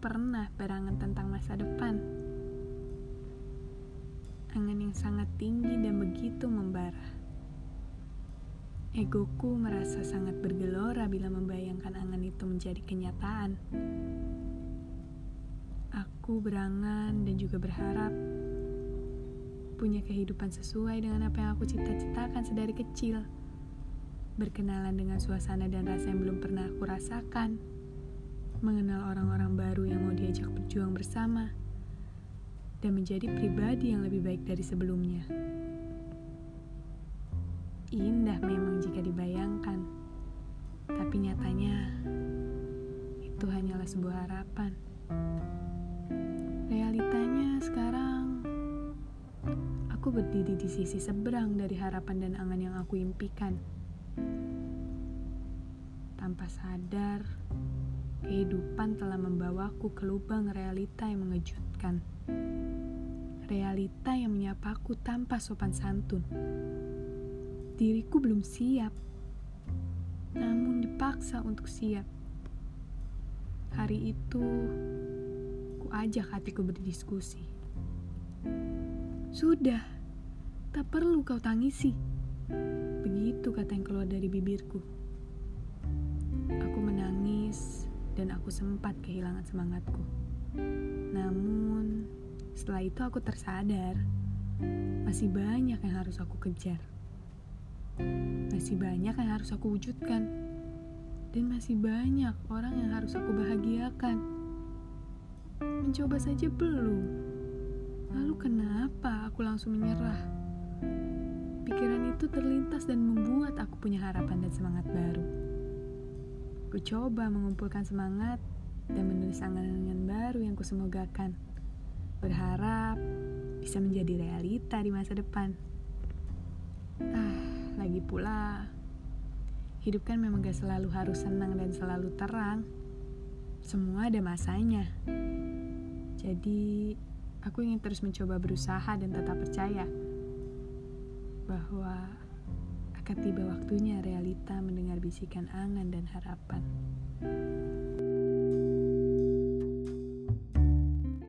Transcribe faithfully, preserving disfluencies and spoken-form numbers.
pernah berangan tentang masa depan. Angan yang sangat tinggi dan begitu membara. Egoku merasa sangat bergelora bila membayangkan angan itu menjadi kenyataan. Aku berangan dan juga berharap punya kehidupan sesuai dengan apa yang aku cita-citakan sedari kecil. Berkenalan dengan suasana dan rasa yang belum pernah aku rasakan. Mengenal orang-orang baru yang mau diajak berjuang bersama. Dan menjadi pribadi yang lebih baik dari sebelumnya. Indah memang jika dibayangkan. Tapi nyatanya, itu hanyalah sebuah harapan. Realitanya sekarang, aku berdiri di sisi seberang dari harapan dan angan yang aku impikan. Tanpa sadar, kehidupan telah membawaku ke lubang realita yang mengejutkan. Realita yang menyapaku tanpa sopan santun. Diriku belum siap, namun dipaksa untuk siap. Hari itu, ku ajak hatiku berdiskusi. Sudah, tak perlu kau tangisi. Begitu kata yang keluar dari bibirku. Aku menangis dan aku sempat kehilangan semangatku. Namun, setelah itu aku tersadar, masih banyak yang harus aku kejar. Masih banyak yang harus aku wujudkan. Dan masih banyak orang yang harus aku bahagiakan. Mencoba saja belum. Lalu kenapa aku langsung menyerah? Pikiran itu terlintas dan membuat aku punya harapan dan semangat baru. Ku coba mengumpulkan semangat dan menulis angan-angan baru yang kusemogakan. Berharap bisa menjadi realita di masa depan. Ah, lagi pula, hidup kan memang gak selalu harus senang dan selalu terang. Semua ada masanya. Jadi, aku ingin terus mencoba berusaha dan tetap percaya bahwa akan tiba waktunya realita mendengar bisikan angan dan harapan.